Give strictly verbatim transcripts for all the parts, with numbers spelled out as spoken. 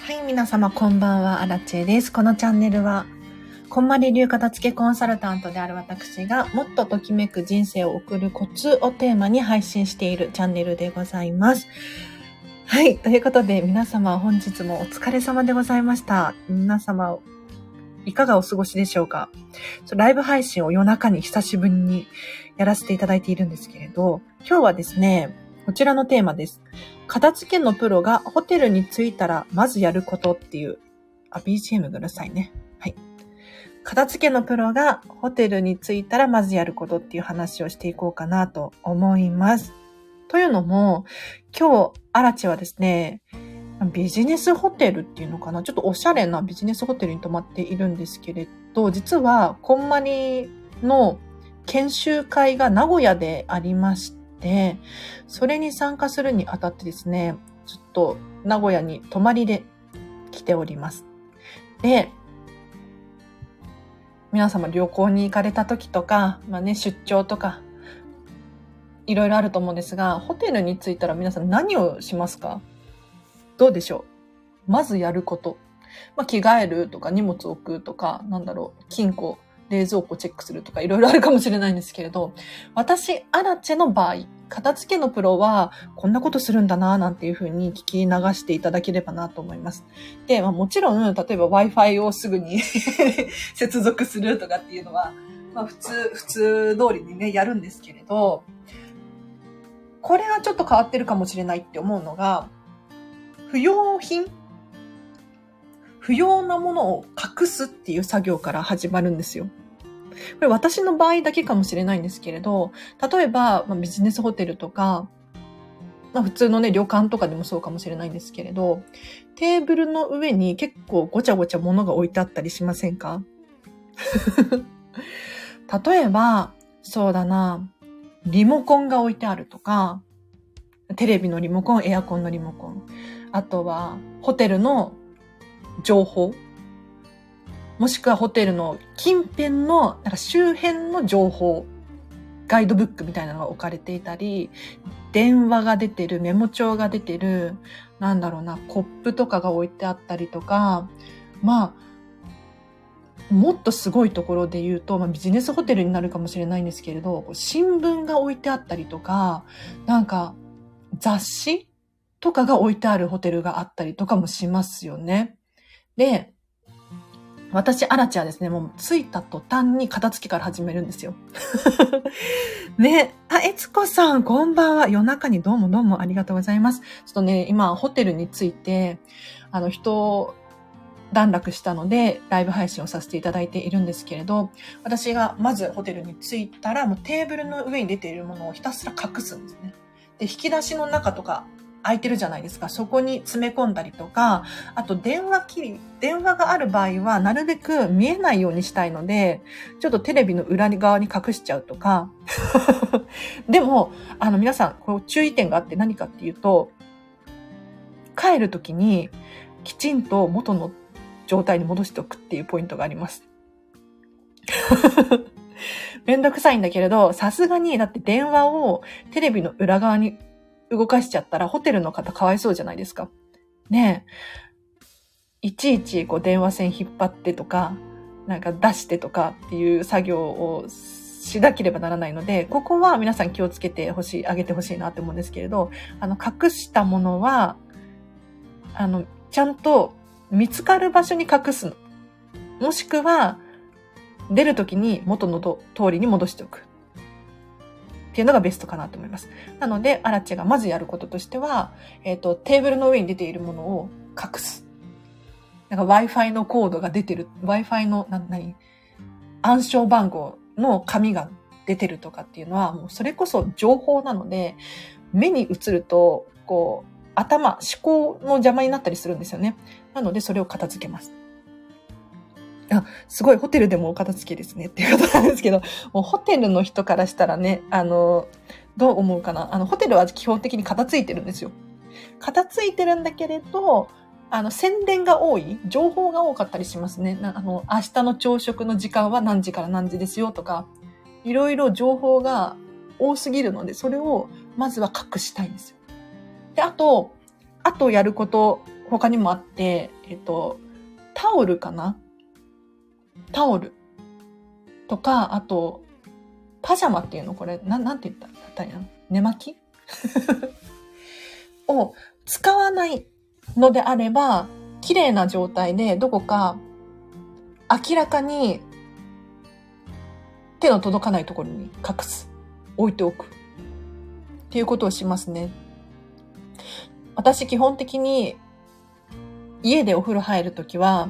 はい、皆様こんばんは、アラチェです。このチャンネルは、こんまり流片付けコンサルタントである私が、もっとときめく人生を送るコツをテーマに配信しているチャンネルでございます。はい、ということで皆様本日もお疲れ様でございました。皆様、いかがお過ごしでしょうか。ライブ配信を夜中に久しぶりにやらせていただいているんですけれど、今日はですね、こちらのテーマです。片付けのプロがホテルに着いたらまずやることっていう、あ、ビージーエム がうるさいね。はい。片付けのプロがホテルに着いたらまずやることっていう話をしていこうかなと思います。というのも、今日、アラチはですね、ビジネスホテルっていうのかな、ちょっとおしゃれなビジネスホテルに泊まっているんですけれど、実はこんまりの研修会が名古屋でありまして、で、それに参加するにあたってですね、ちょっと名古屋に泊まりで来ております。で、皆様旅行に行かれた時とか、まあね、出張とか、いろいろあると思うんですが、ホテルに着いたら皆さん何をしますか？どうでしょう？まずやること。まあ、着替えるとか荷物置くとか、なんだろう、金庫、冷蔵庫チェックするとかいろいろあるかもしれないんですけれど、私、アラチェの場合、片付けのプロはこんなことするんだななんていうふうに聞き流していただければなと思います。で、まあ、もちろん、例えば Wi-Fi をすぐに接続するとかっていうのは、まあ普通、普通通りにね、やるんですけれど、これはちょっと変わってるかもしれないって思うのが、不要品不要なものを隠すっていう作業から始まるんですよ。これ私の場合だけかもしれないんですけれど、例えば、まあ、ビジネスホテルとか、まあ、普通のね、旅館とかでもそうかもしれないんですけれど、テーブルの上に結構ごちゃごちゃ物が置いてあったりしませんか？例えば、そうだな、リモコンが置いてあるとか、テレビのリモコン、エアコンのリモコン、あとはホテルの情報、もしくはホテルの近辺のなんか周辺の情報、ガイドブックみたいなのが置かれていたり、電話が出てる、メモ帳が出てる、なんだろうな、コップとかが置いてあったりとか、まあ、もっとすごいところで言うと、まあ、ビジネスホテルになるかもしれないんですけれど、新聞が置いてあったりとか、なんか雑誌とかが置いてあるホテルがあったりとかもしますよね。で、私、アラチはですね、もう着いた途端に片付けから始めるんですよ。ね。あ、えつこさん、こんばんは。夜中にどうもどうもありがとうございます。ちょっとね、今、ホテルに着いて、あの、人、段落したので、ライブ配信をさせていただいているんですけれど、私がまずホテルに着いたら、もうテーブルの上に出ているものをひたすら隠すんですね。で、引き出しの中とか、空いてるじゃないですか。そこに詰め込んだりとか、あと電話切り、電話がある場合はなるべく見えないようにしたいので、ちょっとテレビの裏側に隠しちゃうとか。でも、あの皆さん、こう注意点があって何かっていうと、帰るときにきちんと元の状態に戻しておくっていうポイントがあります。めんどくさいんだけれど、さすがにだって電話をテレビの裏側に動かしちゃったらホテルの方かわいそうじゃないですか。ねえ。いちいちこう電話線引っ張ってとか、なんか出してとかっていう作業をしなければならないので、ここは皆さん気をつけてほしい、あげてほしいなって思うんですけれど、あの、隠したものは、あの、ちゃんと見つかる場所に隠すの。もしくは、出るときに元の通りに戻しておく。っていうのがベストかなと思います。なので、アラチェがまずやることとしては、えっと、テーブルの上に出ているものを隠す。なんか Wi-Fi のコードが出てる、Wi-Fi の、な、なに、暗証番号の紙が出てるとかっていうのは、もうそれこそ情報なので、目に映ると、こう、頭、思考の邪魔になったりするんですよね。なので、それを片付けます。あ、すごいホテルでもお片付けですねっていうことなんですけど、もうホテルの人からしたらね、あの、どう思うかな。あの、ホテルは基本的に片付いてるんですよ。片付いてるんだけれど、あの、宣伝が多い、情報が多かったりしますね。なあの、明日の朝食の時間は何時から何時ですよとか、いろいろ情報が多すぎるので、それをまずは隠したいんですよ。で、あと、あとやること他にもあって、えっと、タオルかなタオルとか、あと、パジャマっていうのこれ、な、なんて言ったらいいの寝巻きを使わないのであれば、綺麗な状態でどこか明らかに手の届かないところに隠す。置いておく。っていうことをしますね。私基本的に家でお風呂入るときは、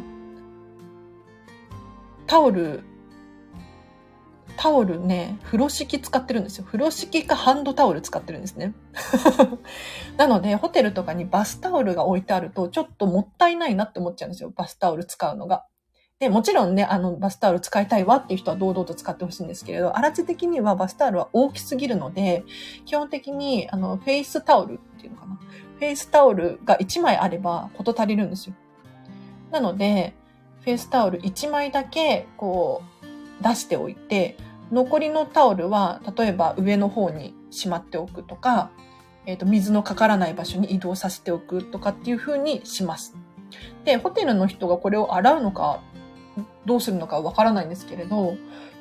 タオル、タオルね、風呂敷使ってるんですよ。風呂敷かハンドタオル使ってるんですね。なので、ホテルとかにバスタオルが置いてあると、ちょっともったいないなって思っちゃうんですよ。バスタオル使うのが。で、もちろんね、あの、バスタオル使いたいわっていう人は堂々と使ってほしいんですけれど、あらち的にはバスタオルは大きすぎるので、基本的に、あの、フェイスタオルっていうのかな。フェイスタオルがいちまいあれば、こと足りるんですよ。なので、フェイスタオルいちまいだけ、こう、出しておいて、残りのタオルは、例えば上の方にしまっておくとか、えっと、水のかからない場所に移動させておくとかっていう風にします。で、ホテルの人がこれを洗うのか、どうするのかわからないんですけれど、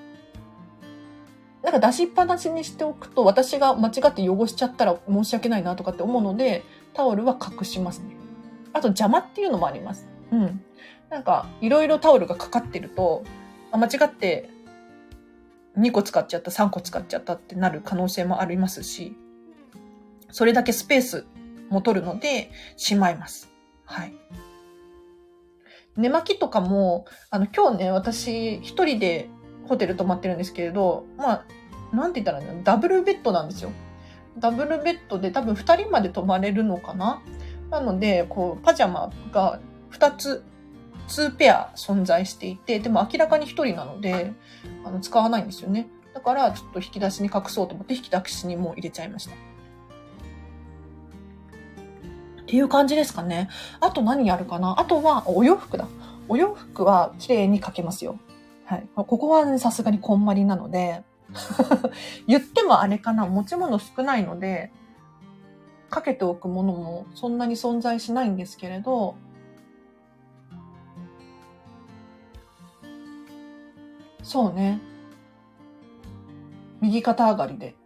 なんか出しっぱなしにしておくと、私が間違って汚しちゃったら申し訳ないなとかって思うので、タオルは隠しますね。あと邪魔っていうのもあります。うん。なんか、いろいろタオルがかかってると、間違ってにこ使っちゃった、さんこ使っちゃったってなる可能性もありますし、それだけスペースも取るので、しまいます。はい。寝巻きとかも、あの、今日ね、私、一人でホテル泊まってるんですけれど、まあ、なんて言ったらいいの？ダブルベッドなんですよ。ダブルベッドで多分二人まで泊まれるのかな？なので、こう、パジャマが二つ、ツーペア存在していて、でも明らかに一人なので、あの、使わないんですよね。だから、ちょっと引き出しに隠そうと思って、引き出しにもう入れちゃいました。っていう感じですかね。あと何やるかな？あとは、お洋服だ。お洋服は綺麗にかけますよ。はい。ここはね、さすがにこんまりなので、言ってもあれかな、持ち物少ないので、かけておくものもそんなに存在しないんですけれど、そうね。右肩上がりで。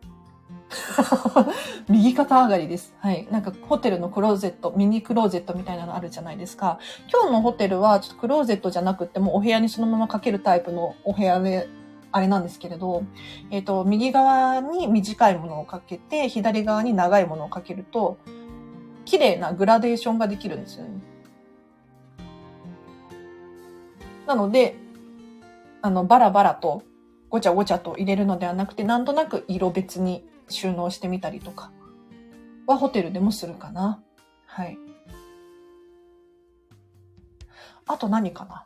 右肩上がりです。はい。なんかホテルのクローゼット、ミニクローゼットみたいなのあるじゃないですか。今日のホテルはちょっとクローゼットじゃなくてもお部屋にそのままかけるタイプのお部屋で、あれなんですけれど、えっと、右側に短いものをかけて、左側に長いものをかけると、綺麗なグラデーションができるんですよね。なので、あの、バラバラとごちゃごちゃと入れるのではなくて、なんとなく色別に収納してみたりとかはホテルでもするかな。はい。あと何かな。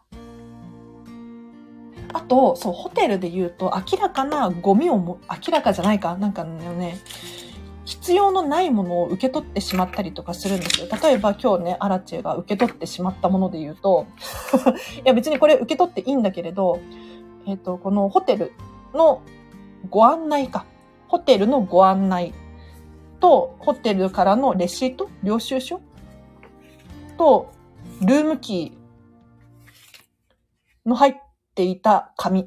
あと、そう、ホテルで言うと明らかなゴミをも、明らかじゃないかなんかね、必要のないものを受け取ってしまったりとかするんですよ。例えば今日ね、アラチェが受け取ってしまったもので言うと、いや別にこれ受け取っていいんだけれど、えっと、このホテルのご案内か。ホテルのご案内と、ホテルからのレシート、領収書と、ルームキーの入っていた紙。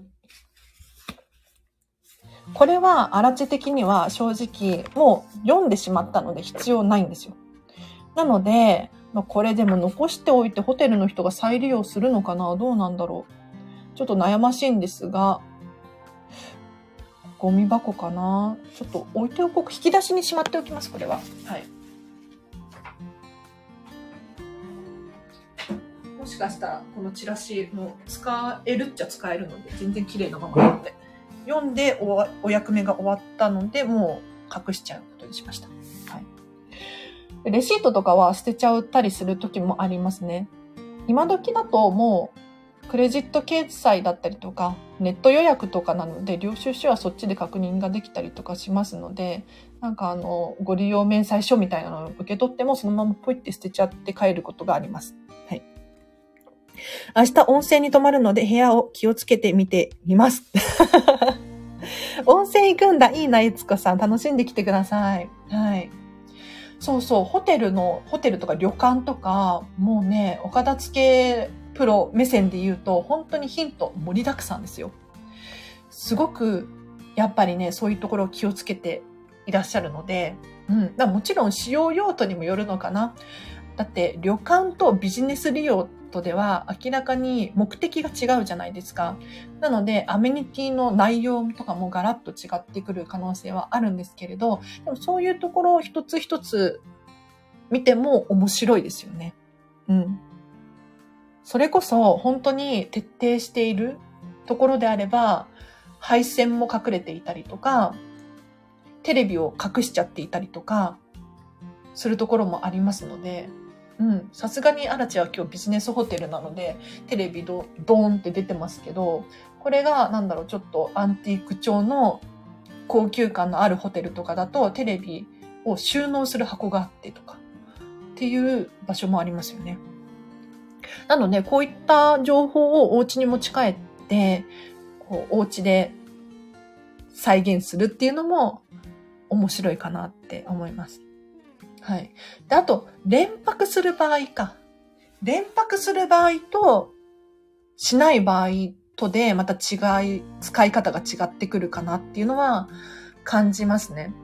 これは、アラチェ的には正直、もう読んでしまったので必要ないんですよ。なので、これでも残しておいてホテルの人が再利用するのかな？どうなんだろう。ちょっと悩ましいんですが、ゴミ箱かな？ちょっと置いておこう。引き出しにしまっておきます、これは。はい。もしかしたら、このチラシも使えるっちゃ使えるので、全然綺麗なままなので。読んでお、お役目が終わったので、もう隠しちゃうことにしました。はい。レシートとかは捨てちゃったりする時もありますね。今時だともう、クレジット決済だったりとか、ネット予約とかなので、領収書はそっちで確認ができたりとかしますので、なんかあの、ご利用明細書みたいなのを受け取っても、そのままポイって捨てちゃって帰ることがあります。はい。明日温泉に泊まるので部屋を気をつけてみてみます。温泉行くんだ。いいな、いつこさん。楽しんできてください。はい。 そうそう、ホテルの、ホテルとか旅館とか、もうね、お片付けプロ目線で言うと、本当にヒント盛りだくさんですよ。すごく、やっぱりね、そういうところを気をつけていらっしゃるので、うん。だもちろん使用用途にもよるのかな。だって、旅館とビジネス利用とでは明らかに目的が違うじゃないですか。なので、アメニティの内容とかもガラッと違ってくる可能性はあるんですけれど、でもそういうところを一つ一つ見ても面白いですよね。うん。それこそ本当に徹底しているところであれば、配線も隠れていたりとか、テレビを隠しちゃっていたりとか、するところもありますので、うん。さすがにアラチは今日ビジネスホテルなので、テレビドドーンって出てますけど、これがなんだろう、ちょっとアンティーク調の高級感のあるホテルとかだと、テレビを収納する箱があってとか、っていう場所もありますよね。なので、こういった情報をお家に持ち帰って、こうお家で再現するっていうのも面白いかなって思います。はい。で、あと、連泊する場合か。連泊する場合と、しない場合とで、また違い、使い方が違ってくるかなっていうのは感じますね。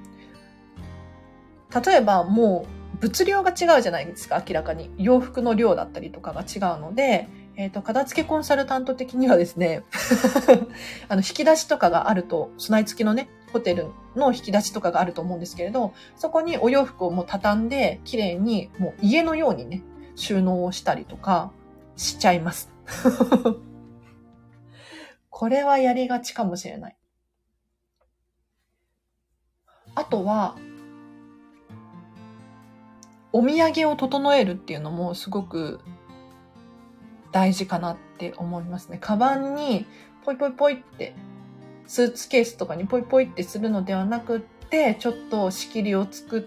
例えば、もう、物量が違うじゃないですか、明らかに。洋服の量だったりとかが違うので、えっと、片付けコンサルタント的にはですね、あの、引き出しとかがあると、備え付きのね、ホテルの引き出しとかがあると思うんですけれど、そこにお洋服をもう畳んで、綺麗に、もう家のようにね、収納をしたりとかしちゃいます。これはやりがちかもしれない。あとは、お土産を整えるっていうのもすごく大事かなって思いますね。カバンにポイポイポイって、スーツケースとかにポイポイってするのではなくって、ちょっと仕切りを作って、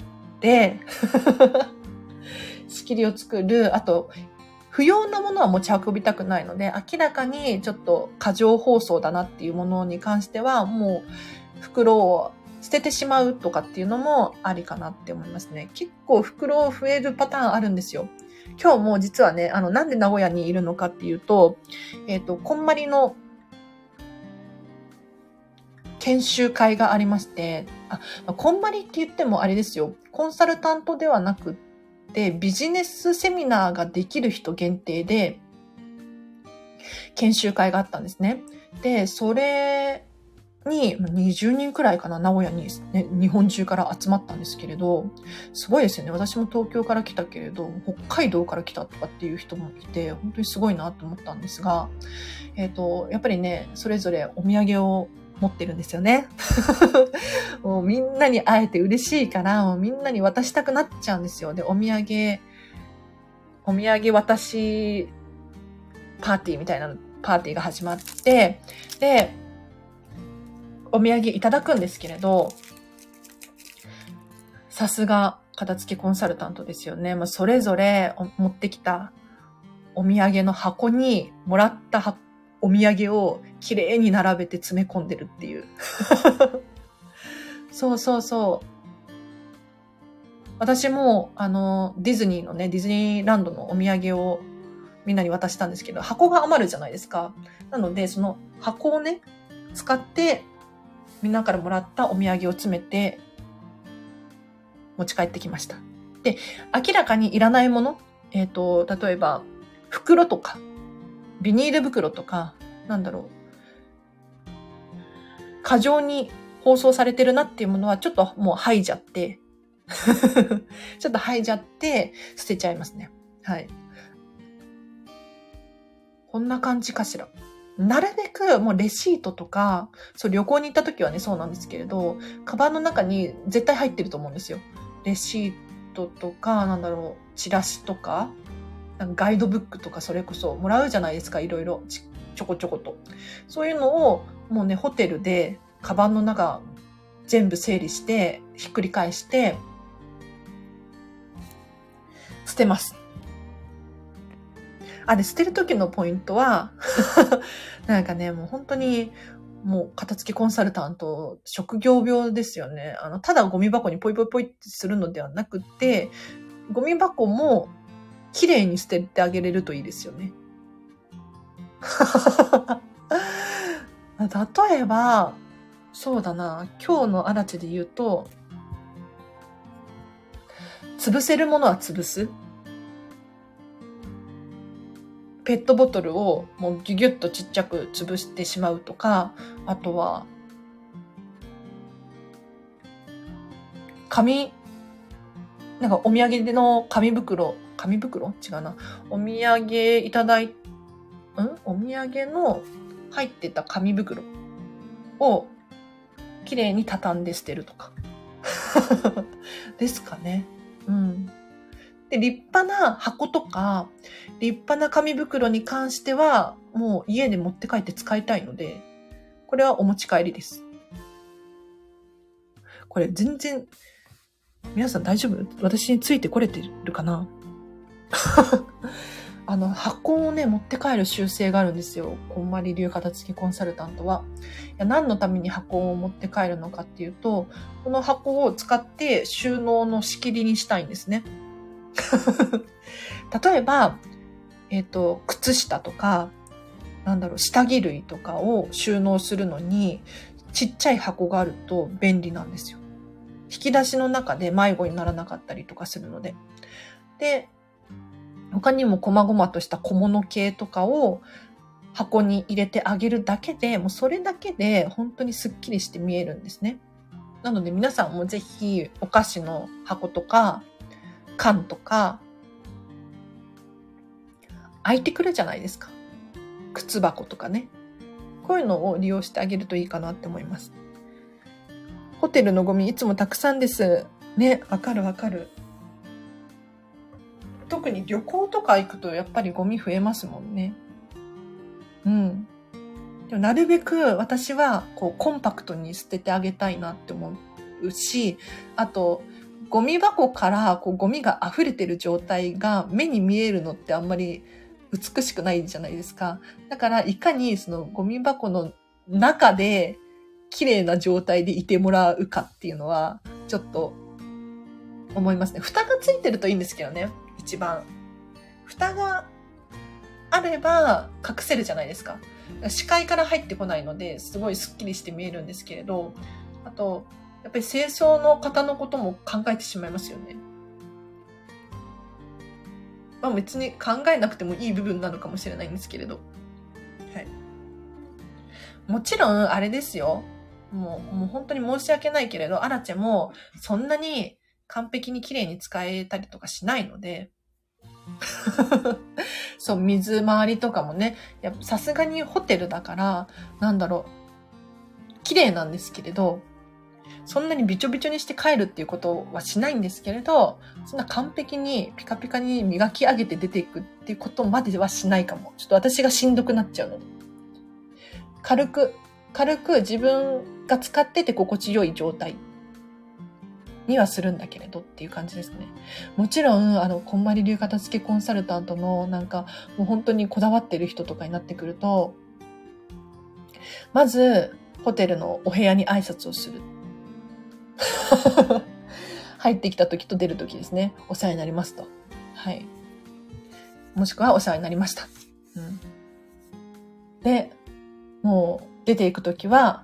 仕切りを作る。あと、不要なものは持ち運びたくないので、明らかにちょっと過剰包装だなっていうものに関しては、もう袋を捨ててしまうとかっていうのもありかなって思いますね。結構袋増えるパターンあるんですよ。今日も実はね、あの、なんで名古屋にいるのかっていうと、えっと、こんまりの研修会がありまして、あ、こんまりって言ってもあれですよ。コンサルタントではなくって、ビジネスセミナーができる人限定で、研修会があったんですね。で、それににじゅうにんくらいかな、名古屋に、ね、日本中から集まったんですけれど、すごいですよね。私も東京から来たけれど、北海道から来たとかっていう人もいて、本当にすごいなと思ったんですが、えっと、やっぱりね、それぞれお土産を持ってるんですよね。もうみんなに会えて嬉しいから、もうみんなに渡したくなっちゃうんですよ。で、お土産、お土産渡しパーティーみたいなパーティーが始まって、で、お土産いただくんですけれど、さすが片付けコンサルタントですよね。まあ、それぞれ持ってきたお土産の箱にもらったお土産をきれいに並べて詰め込んでるっていう。そうそうそう。私も、あの、ディズニーのね、ディズニーランドのお土産をみんなに渡したんですけど、箱が余るじゃないですか。なので、その箱をね、使って、みんなからもらったお土産を詰めて、持ち帰ってきました。で、明らかにいらないもの、えっと、例えば、袋とか、ビニール袋とか、なんだろう、過剰に包装されてるなっていうものは、ちょっともう剥いじゃって、ちょっと剥いじゃって、捨てちゃいますね。はい。こんな感じかしら。なるべくもうレシートとか、そう旅行に行った時はね、そうなんですけれど、カバンの中に絶対入ってると思うんですよ。レシートとか、なんだろう、チラシとか、なんかガイドブックとかそれこそもらうじゃないですか、いろいろち、ちょこちょこと。そういうのをもうね、ホテルでカバンの中全部整理して、ひっくり返して、捨てます。あれ、捨てる時のポイントは、なんかね、もう本当にもう片付けコンサルタント、職業病ですよね。あの、ただゴミ箱にポイポイポイってするのではなくて、ゴミ箱も綺麗に捨ててあげれるといいですよね。例えば、そうだな、今日のあらちで言うと、潰せるものは潰す。ペットボトルをもうギュギュッとちっちゃく潰してしまうとか、あとは、紙、なんかお土産の紙袋、紙袋違うな。お土産いただい、んお土産の入ってた紙袋をきれいに畳んで捨てるとか。ですかね。うん。で、立派な箱とか、立派な紙袋に関しては、もう家で持って帰って使いたいので、これはお持ち帰りです。これ全然、皆さん大丈夫？私についてこれてるかなあの、箱をね、持って帰る習性があるんですよ。こんまり流片付きコンサルタントは。いや、何のために箱を持って帰るのかっていうと、この箱を使って収納の仕切りにしたいんですね。例えば、えっと、靴下とか、なんだろう、下着類とかを収納するのに、ちっちゃい箱があると便利なんですよ。引き出しの中で迷子にならなかったりとかするので。で、他にも細々とした小物系とかを箱に入れてあげるだけで、もうそれだけで本当にスッキリして見えるんですね。なので皆さんもぜひお菓子の箱とか缶とか開いてくるじゃないですか。靴箱とかね。こういうのを利用してあげるといいかなって思います。ホテルのゴミいつもたくさんです。ね、わかるわかる。特に旅行とか行くとやっぱりゴミ増えますもんね。うん。でもなるべく私はこうコンパクトに捨ててあげたいなって思うし、あとゴミ箱からこうゴミが溢れてる状態が目に見えるのってあんまり美しくないじゃないですか。だからいかにそのゴミ箱の中で綺麗な状態でいてもらうかっていうのはちょっと思いますね。蓋がついてるといいんですけどね。一番。蓋があれば隠せるじゃないですか。視界から入ってこないのですごいスッキリして見えるんですけれど、あと、やっぱり清掃の方のことも考えてしまいますよね。まあ別に考えなくてもいい部分なのかもしれないんですけれど。はい。もちろんあれですよ。もう、もう本当に申し訳ないけれど、アラチェもそんなに完璧に綺麗に使えたりとかしないので、そう、水回りとかもね、やっぱさすがにホテルだから、なんだろう、綺麗なんですけれど、そんなにびちょびちょにして帰るっていうことはしないんですけれど、そんな完璧にピカピカに磨き上げて出ていくっていうことまではしないかも。ちょっと私がしんどくなっちゃうので。軽く、軽く自分が使ってて心地よい状態にはするんだけれどっていう感じですね。もちろん、あの、こんまり流片付けコンサルタントのなんか、もう本当にこだわってる人とかになってくると、まず、ホテルのお部屋に挨拶をする。入ってきた時と出る時ですね。お世話になりますと。はい。もしくはお世話になりました。うん。で、もう出ていく時は、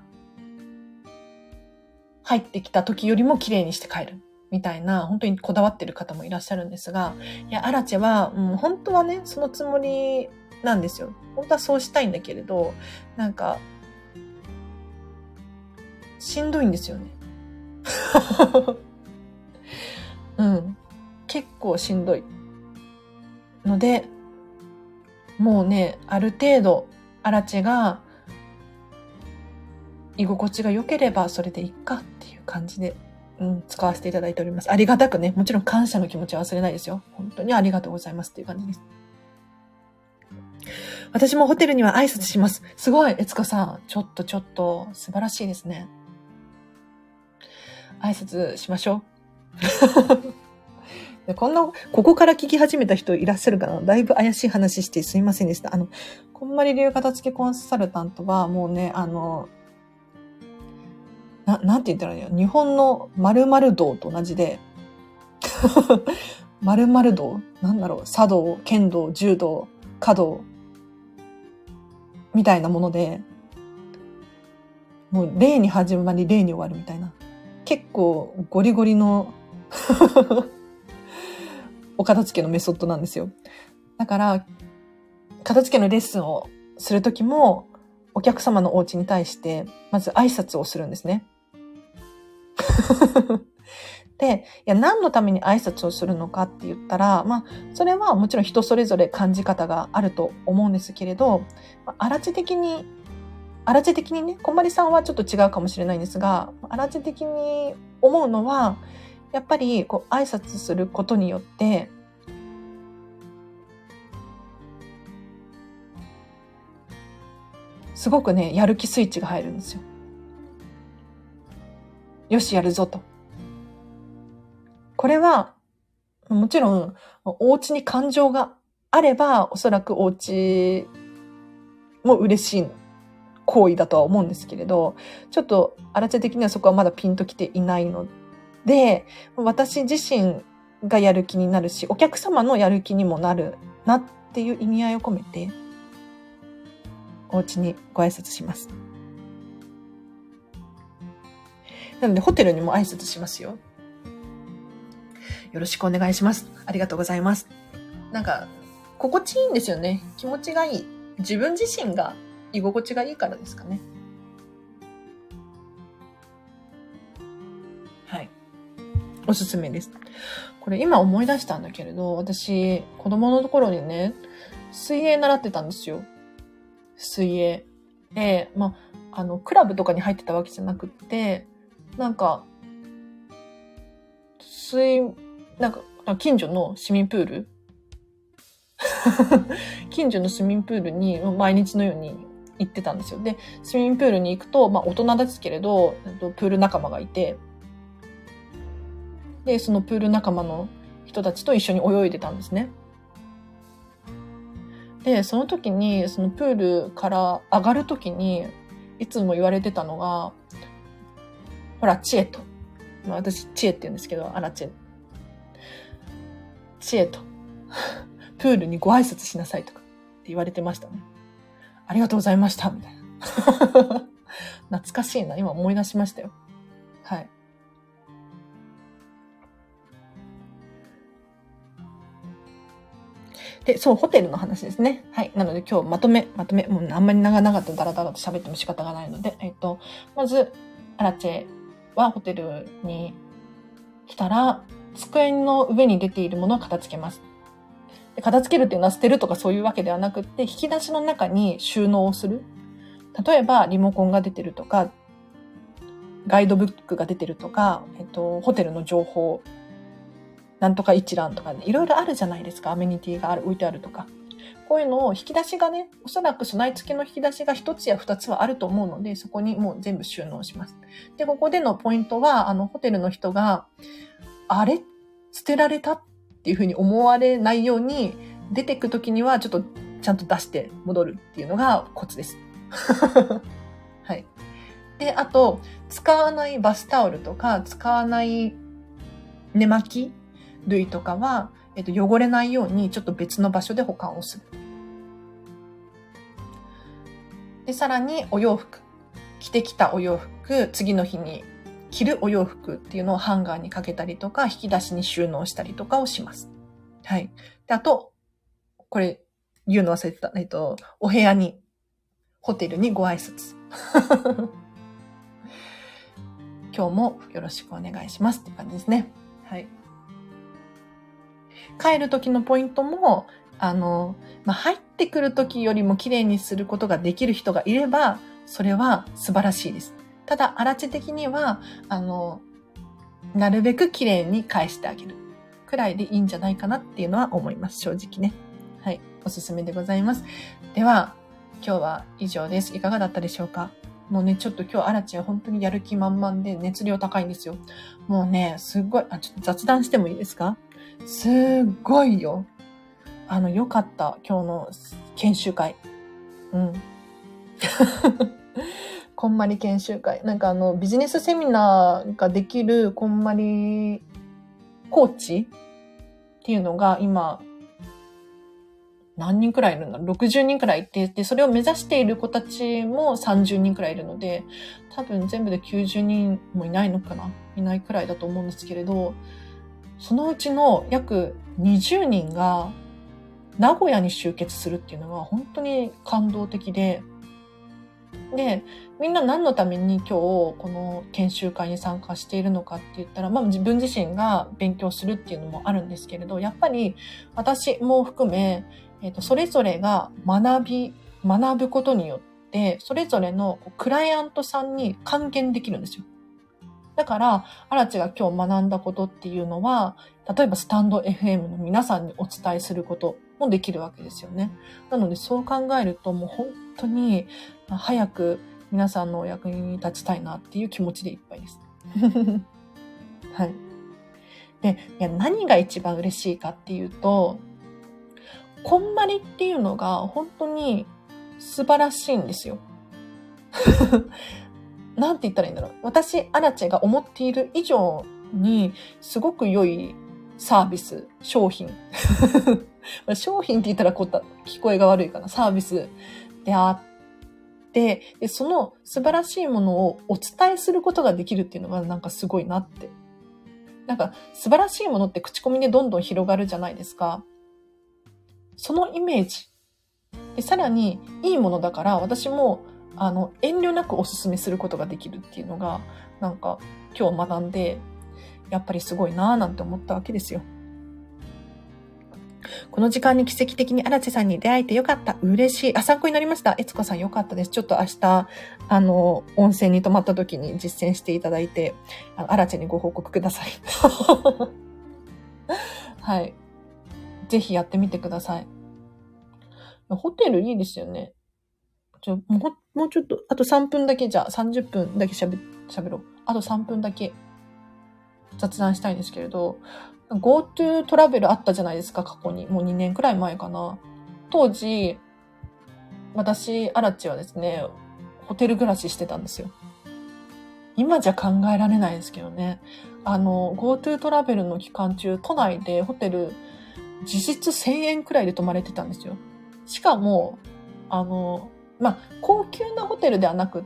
入ってきた時よりも綺麗にして帰る。みたいな、本当にこだわってる方もいらっしゃるんですが、いや、アラチェは、うん、本当はね、そのつもりなんですよ。本当はそうしたいんだけれど、なんか、しんどいんですよね。うん。結構しんどい。ので、もうね、ある程度、アラチェが、居心地が良ければそれでいいかっていう感じで、うん、使わせていただいております。ありがたくね、もちろん感謝の気持ちは忘れないですよ。本当にありがとうございますっていう感じです。私もホテルには挨拶します。すごい、悦子さん。ちょっとちょっと、素晴らしいですね。挨拶しましょう。こんな、ここから聞き始めた人いらっしゃるかな？だいぶ怪しい話してすいませんでした。あの、こんまり流片付けコンサルタントはもうね、あの、 な、なんて言ったらいいの？日本の〇〇道と同じで、〇〇道なんだろう、茶道、剣道、柔道、華道、みたいなもので、もう礼に始まり礼に終わるみたいな。結構ゴリゴリのお片付けのメソッドなんですよ。だから、片付けのレッスンをするときも、お客様のお家に対して、まず挨拶をするんですね。で、いや、何のために挨拶をするのかって言ったら、まあ、それはもちろん人それぞれ感じ方があると思うんですけれど、あらち的に、あらち的にね、こんまりさんはちょっと違うかもしれないんですが、あらち的に思うのは、やっぱりこう挨拶することによって、すごくね、やる気スイッチが入るんですよ。よし、やるぞと。これは、もちろん、お家に感情があれば、おそらくお家も嬉しい行為だとは思うんですけれど、ちょっと、あらち的にはそこはまだピンときていないので、私自身がやる気になるし、お客様のやる気にもなるなっていう意味合いを込めて、お家にご挨拶します。なので、ホテルにも挨拶しますよ。よろしくお願いします。ありがとうございます。なんか、心地いいんですよね。気持ちがいい。自分自身が居心地がいいからですかね。はい。おすすめです。これ今思い出したんだけれど、私、子供の頃にね、水泳習ってたんですよ。水泳。で、まあ、あの、クラブとかに入ってたわけじゃなくって、なんか、水、なんか、近所の市民プール近所の市民プールに毎日のように行ってたんですよ。で、市民プールに行くと、まあ大人ですけれど、プール仲間がいて、で、そのプール仲間の人たちと一緒に泳いでたんですね。で、その時に、そのプールから上がる時に、いつも言われてたのが、ほら、知恵と。まあ、私、知恵って言うんですけど、あら知恵。知恵と。プールにご挨拶しなさいとかって言われてましたね。ありがとうございました、みたいな。懐かしいな。今思い出しましたよ。はい。で、そう、ホテルの話ですね。はい。なので今日まとめ、まとめ、もうあんまり長々とダラダラと喋っても仕方がないので、えっと、まず、アラチェはホテルに来たら、机の上に出ているものを片付けます。で、片付けるっていうのは捨てるとかそういうわけではなくって、引き出しの中に収納をする。例えば、リモコンが出てるとか、ガイドブックが出てるとか、えっと、ホテルの情報、なんとか一覧とかね、いろいろあるじゃないですか。アメニティがある、置いてあるとか。こういうのを引き出しがね、おそらく備え付けの引き出しが一つや二つはあると思うので、そこにもう全部収納します。で、ここでのポイントは、あの、ホテルの人が、あれ捨てられたっていうふうに思われないように、出てくときにはちょっとちゃんと出して戻るっていうのがコツです。はい。で、あと、使わないバスタオルとか、使わない寝巻き類とかは、えっと、汚れないようにちょっと別の場所で保管をする。で、さらにお洋服。着てきたお洋服、次の日に着るお洋服っていうのをハンガーにかけたりとか、引き出しに収納したりとかをします。はい。で、あと、これ言うの忘れてた。えっと、お部屋に、ホテルにご挨拶。今日もよろしくお願いしますって感じですね。はい。帰る時のポイントも、あの、まあ、入ってくる時よりも綺麗にすることができる人がいれば、それは素晴らしいです。ただ、あらち的には、あの、なるべく綺麗に返してあげるくらいでいいんじゃないかなっていうのは思います。正直ね。はい。おすすめでございます。では、今日は以上です。いかがだったでしょうか？もうね、ちょっと今日、あらちは本当にやる気満々で熱量高いんですよ。もうね、すっごい、あ、ちょっと雑談してもいいですか？すっごいよ。あの、良かった。今日の研修会。うん。 こんまり研修会。なんかあの、ビジネスセミナーができるこんまりコーチっていうのが今、何人くらいいるんだろう ?ろくじゅう 人くらいいて、で、それを目指している子たちもさんじゅうにんくらいいるので、多分全部できゅうじゅうにんもいないのかないないくらいだと思うんですけれど、そのうちの約にじゅうにんが名古屋に集結するっていうのが本当に感動的で、で、みんな何のために今日この研修会に参加しているのかって言ったら、まあ自分自身が勉強するっていうのもあるんですけれど、やっぱり私も含め、えっと、それぞれが学び、学ぶことによって、それぞれのクライアントさんに還元できるんですよ。だから、アラチが今日学んだことっていうのは、例えばスタンド エフエム の皆さんにお伝えすることもできるわけですよね。なのでそう考えるともう本当に早く皆さんのお役に立ちたいなっていう気持ちでいっぱいです。はい。で、いや、何が一番嬉しいかっていうと、こんまりっていうのが本当に素晴らしいんですよ。なんて言ったらいいんだろう。私、アラチェが思っている以上にすごく良いサービス、商品。商品って言ったらこう聞こえが悪いかな。サービスであって、で、その素晴らしいものをお伝えすることができるっていうのがなんかすごいなって。なんか素晴らしいものって口コミでどんどん広がるじゃないですか。そのイメージ。で、さらにいいものだから私もあの遠慮なくお勧めすることができるっていうのがなんか今日学んでやっぱりすごいなぁなんて思ったわけですよ。この時間に奇跡的に荒地さんに出会えてよかった。嬉しい。あ、参考になりました。えつこさんよかったです。ちょっと明日、あの、温泉に泊まった時に実践していただいて、あの荒地にご報告ください。はい。ぜひやってみてください。ホテルいいですよね。ちょもう、もうちょっと、あとさんぷんだけじゃあ、さんじゅっぷんだけ喋、喋ろう。あとさんぷんだけ雑談したいんですけれど、GoTo トラベルあったじゃないですか、過去に。もうにねんくらい前かな。当時、私、アラチはですね、ホテル暮らししてたんですよ。今じゃ考えられないですけどね。あの、GoTo トラベルの期間中、都内でホテル、実質せんえんくらいで泊まれてたんですよ。しかも、あの、まあ、高級なホテルではなくって、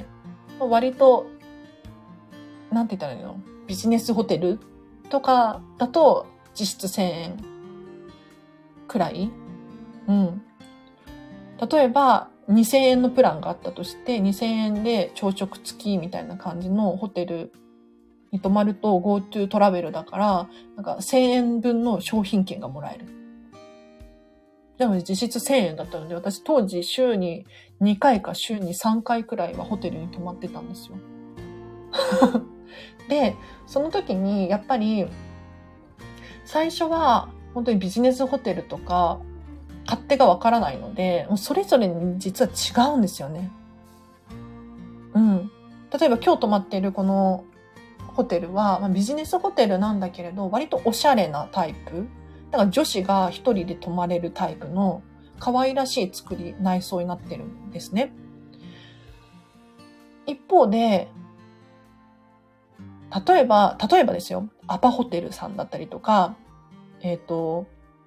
割と、なんて言ったらいいの？ビジネスホテルとかだと実質せんえんくらい。うん。例えばにせんえんのプランがあったとしてにせんえんで朝食付きみたいな感じのホテルに泊まると GoTo トラベルだからなんかせんえんぶんの商品券がもらえる。でも実質せんえんだったので私当時週ににかいか週にさんかいくらいはホテルに泊まってたんですよ。で、その時にやっぱり最初は本当にビジネスホテルとか勝手がわからないので、もうそれぞれに実は違うんですよね。うん。例えば今日泊まっているこのホテルは、まあ、ビジネスホテルなんだけれど、割とおしゃれなタイプ。だから女子が一人で泊まれるタイプの可愛らしい作り、内装になってるんですね。一方で、例えば、例えばですよ、アパホテルさんだったりとか、えっと、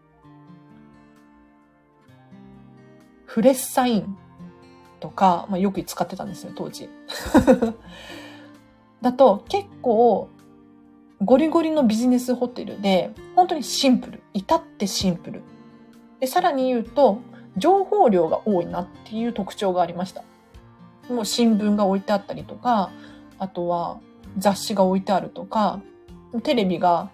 フレッサインとか、まあ、よく使ってたんですよ、当時。だと結構ゴリゴリのビジネスホテルで、本当にシンプル。至ってシンプル。で、さらに言うと、情報量が多いなっていう特徴がありました。もう新聞が置いてあったりとか、あとは雑誌が置いてあるとか、テレビが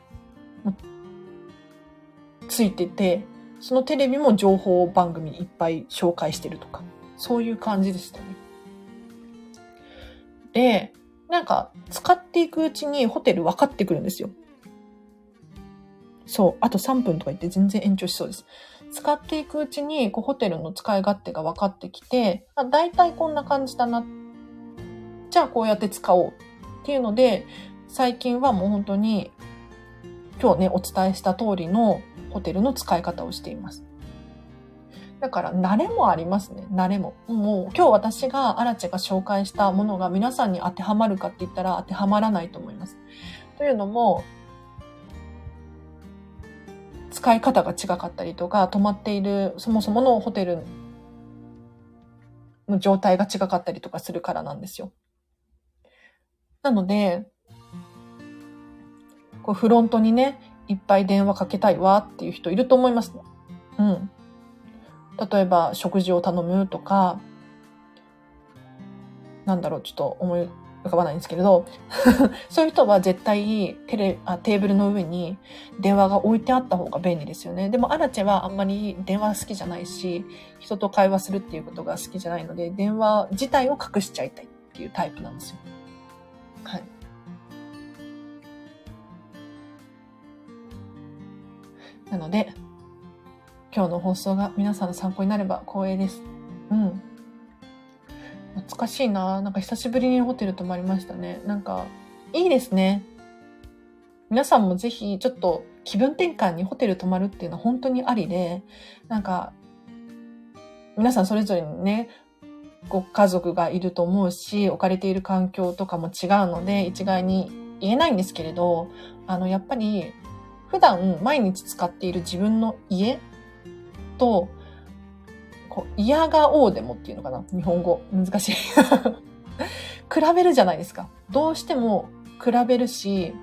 ついてて、そのテレビも情報番組いっぱい紹介してるとか、そういう感じでしたね。で、なんか使っていくうちにホテル分かってくるんですよ。そう、あとさんぷんとか言って全然延長しそうです。使っていくうちにこうホテルの使い勝手が分かってきて、あ、だいたいこんな感じだな。じゃあこうやって使おうっていうので、最近はもう本当に今日ねお伝えした通りのホテルの使い方をしています。 だから慣れもありますね。慣れも。もう今日私がアラチェが紹介したものが皆さんに当てはまるかって言ったら当てはまらないと思います。というのも、使い方が違かったりとか、泊まっているそもそものホテルの状態が違かったりとかするからなんですよ。なので、こうフロントにね、いっぱい電話かけたいわっていう人いると思います。うん。例えば食事を頼むとか、なんだろう、ちょっと思い浮かばないんですけれど、そういう人は絶対テレあテーブルの上に電話が置いてあった方が便利ですよね。でもアラチェはあんまり電話好きじゃないし、人と会話するっていうことが好きじゃないので、電話自体を隠しちゃいたいっていうタイプなんですよ。はい。なので、今日の放送が皆さんの参考になれば光栄です。うん。懐かしいな。なんか久しぶりにホテル泊まりましたね。なんか、いいですね。皆さんもぜひちょっと気分転換にホテル泊まるっていうのは本当にありで、なんか、皆さんそれぞれにね、ご家族がいると思うし、置かれている環境とかも違うので、一概に言えないんですけれど、あの、やっぱり、普段毎日使っている自分の家と、こう、嫌がおうでもっていうのかな、日本語。難しい。比べるじゃないですか。どうしても比べるし、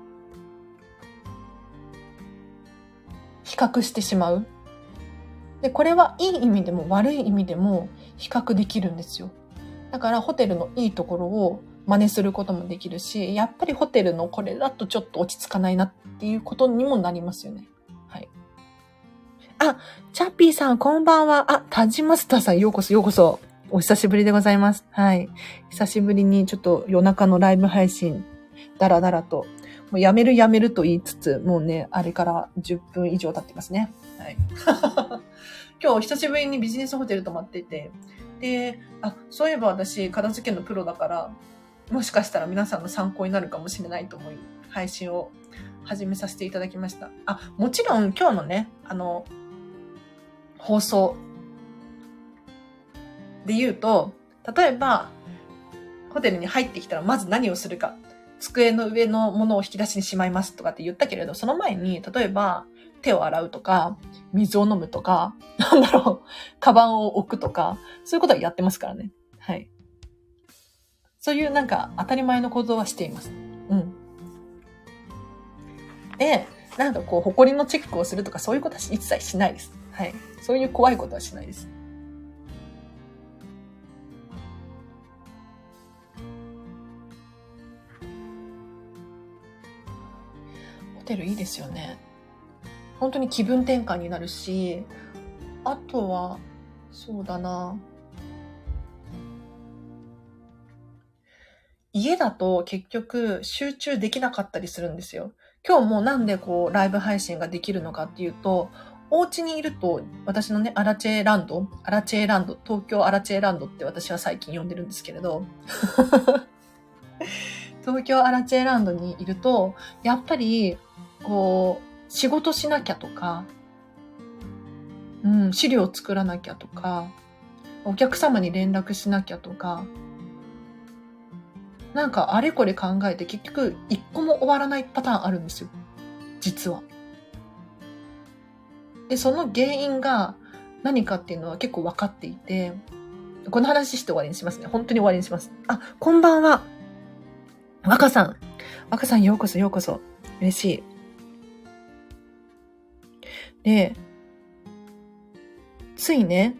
比較してしまう。で、これはいい意味でも悪い意味でも比較できるんですよ。だからホテルのいいところを真似することもできるし、やっぱりホテルのこれだとちょっと落ち着かないなっていうことにもなりますよね。はい。あ、チャッピーさんこんばんは。あ、タジマスターさんようこそようこそ。お久しぶりでございます。はい。久しぶりにちょっと夜中のライブ配信、だらだらと、もうやめるやめると言いつつ、もうね、あれからじゅっぷん以上経ってますね。はい。今日久しぶりにビジネスホテル泊まってて、で、あ、そういえば私、片付けのプロだから、もしかしたら皆さんの参考になるかもしれないと思い、配信を始めさせていただきました。あ、もちろん今日のね、あの、放送で言うと、例えば、ホテルに入ってきたらまず何をするか、机の上のものを引き出しにしまいますとかって言ったけれど、その前に、例えば、手を洗うとか、水を飲むとか、なんだろう、カバンを置くとか、そういうことはやってますからね。はい。そういうなんか当たり前の行動はしています。うん。で、なんかこう、埃のチェックをするとか、そういうことは一切しないです。はい。そういう怖いことはしないです。ホテルいいですよね。本当に気分転換になるし、あとは、そうだな。家だと結局集中できなかったりするんですよ。今日もなんでこうライブ配信ができるのかっていうと、お家にいると私のね、アラチェランド、アラチェランド、東京アラチェランドって私は最近呼んでるんですけれど、東京アラチェランドにいると、やっぱりこう仕事しなきゃとか、うん、資料作らなきゃとか、お客様に連絡しなきゃとか、なんかあれこれ考えて結局一個も終わらないパターンあるんですよ。実は。で、その原因が何かっていうのは結構分かっていて、この話して終わりにしますね。本当に終わりにします。あ、こんばんは。若さん。若さんようこそようこそ。嬉しい。で、ついね、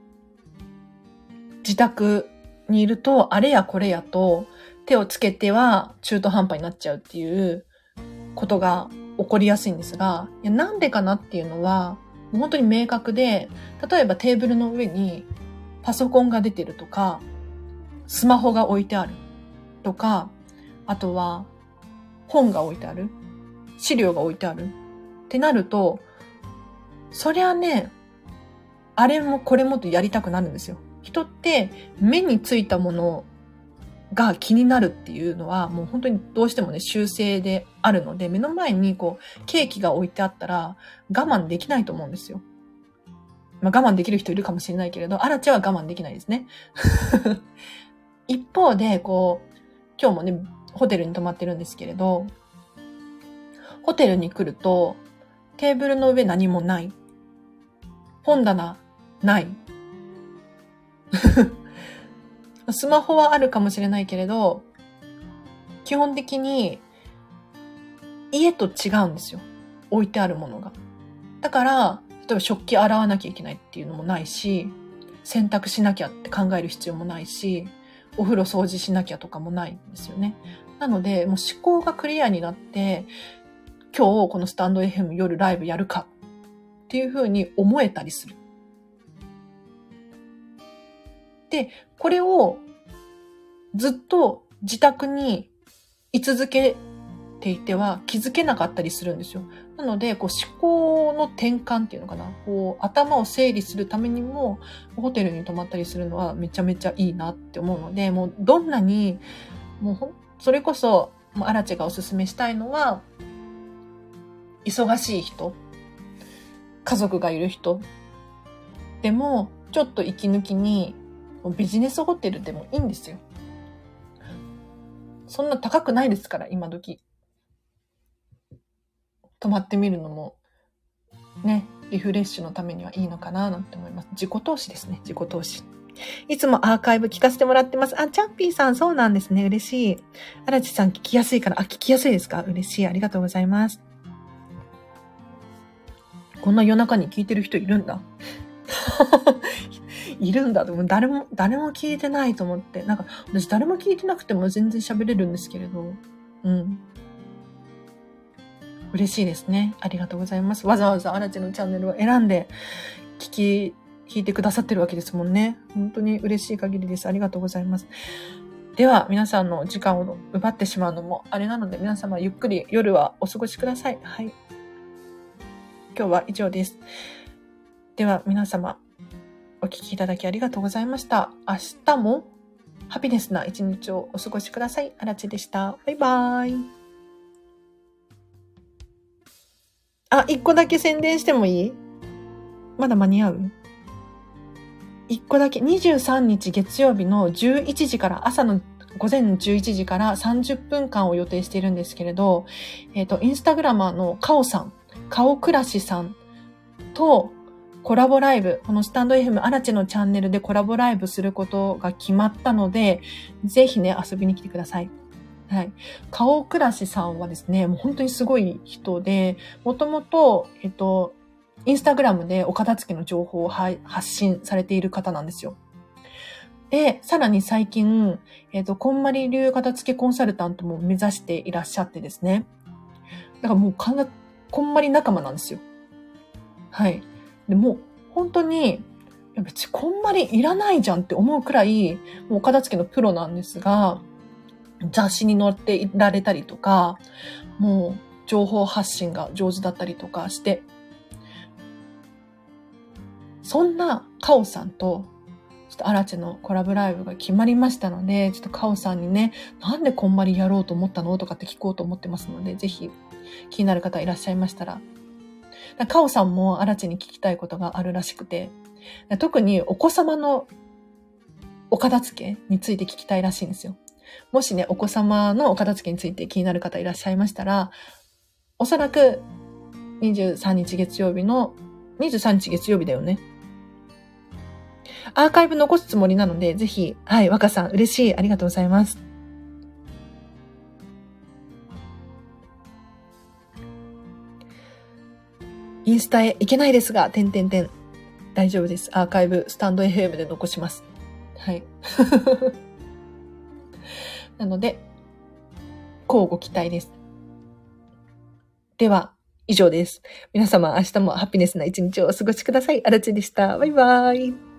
自宅にいるとあれやこれやと手をつけては中途半端になっちゃうっていうことが起こりやすいんですが、いやなんでかなっていうのは本当に明確で、例えばテーブルの上にパソコンが出てるとか、スマホが置いてあるとか、あとは本が置いてある、資料が置いてあるってなると、そりゃね、あれもこれもとやりたくなるんですよ。人って目についたものが気になるっていうのはもう本当にどうしてもね習性であるので、目の前にこうケーキが置いてあったら我慢できないと思うんですよ。 まあ我慢できる人いるかもしれないけれど、アラチェは我慢できないですね。一方で、こう、今日もね、ホテルに泊まってるんですけれど、ホテルに来ると、テーブルの上何もない。本棚、ない。スマホはあるかもしれないけれど、基本的に家と違うんですよ。置いてあるものが。だから、例えば食器洗わなきゃいけないっていうのもないし、洗濯しなきゃって考える必要もないし、お風呂掃除しなきゃとかもないんですよね。なので、もう思考がクリアになって、今日このスタンド エフエム 夜ライブやるかっていう風に思えたりする。で、これをずっと自宅に居続けていては気づけなかったりするんですよ。なので、こう思考の転換っていうのかな、こう頭を整理するためにもホテルに泊まったりするのはめちゃめちゃいいなって思うので、もうどんなに、もうほんそれこそアラチェがおすすめしたいのは、忙しい人、家族がいる人でもちょっと息抜きにビジネスホテルでもいいんですよ。そんな高くないですから、今時。泊まってみるのもね、リフレッシュのためにはいいのかななんて思います。自己投資ですね、自己投資。いつもアーカイブ聞かせてもらってます。あ、チャンピーさん、そうなんですね。嬉しい。アラチさん聞きやすいから、あ、聞きやすいですか？嬉しい。ありがとうございます。こんな夜中に聞いてる人いるんだ。いるんだ。でも誰も、誰も聞いてないと思って。なんか、私誰も聞いてなくても全然喋れるんですけれど。うん。嬉しいですね。ありがとうございます。わざわざアラチのチャンネルを選んで、聞き、聞いてくださってるわけですもんね。本当に嬉しい限りです。ありがとうございます。では、皆さんの時間を奪ってしまうのもあれなので、皆様ゆっくり夜はお過ごしください。はい。今日は以上です。では、皆様、お聞きいただきありがとうございました。明日もハピネスな一日をお過ごしください。アラチでした。バイバーイ。あ、一個だけ宣伝してもいい？まだ間に合う？一個だけ、にじゅうさんにち月曜日のじゅういちじから、朝の午前じゅういちじからさんじゅっぷんかんを予定しているんですけれど、えっと、インスタグラマーのカオさん、カオクラシさんとコラボライブ、このスタンド エフエム アラチェのチャンネルでコラボライブすることが決まったので、ぜひね、遊びに来てください。はい。カオクラシさんはですね、もう本当にすごい人で、もともと、えっと、インスタグラムでお片付けの情報を発信されている方なんですよ。で、さらに最近、えっと、こんまり流片付けコンサルタントも目指していらっしゃってですね。だからもうかな、こんまり仲間なんですよ。はい。でもう本当に、いや別にこんまりいらないじゃんって思うくらい、もうお片付けのプロなんですが、雑誌に載っていられたりとか、もう情報発信が上手だったりとかして、そんなカオさんと、ちょっとアラチェのコラボライブが決まりましたので、ちょっとカオさんにね、なんでこんまりやろうと思ったのとかって聞こうと思ってますので、ぜひ気になる方いらっしゃいましたら。カオさんもアラチェに聞きたいことがあるらしくて、特にお子様のお片付けについて聞きたいらしいんですよ。もしね、お子様のお片付けについて気になる方いらっしゃいましたら、おそらくにじゅうさんにち月曜日の、にじゅうさんにち月曜日だよね。アーカイブ残すつもりなので、ぜひ、はい、若さん嬉しい。ありがとうございます。インスタへ行けないですが、点々点。大丈夫です。アーカイブ、スタンド エフエム で残します。はい。なので、乞うご期待です。では、以上です。皆様、明日もハピネスな一日をお過ごしください。あらちでした。バイバーイ。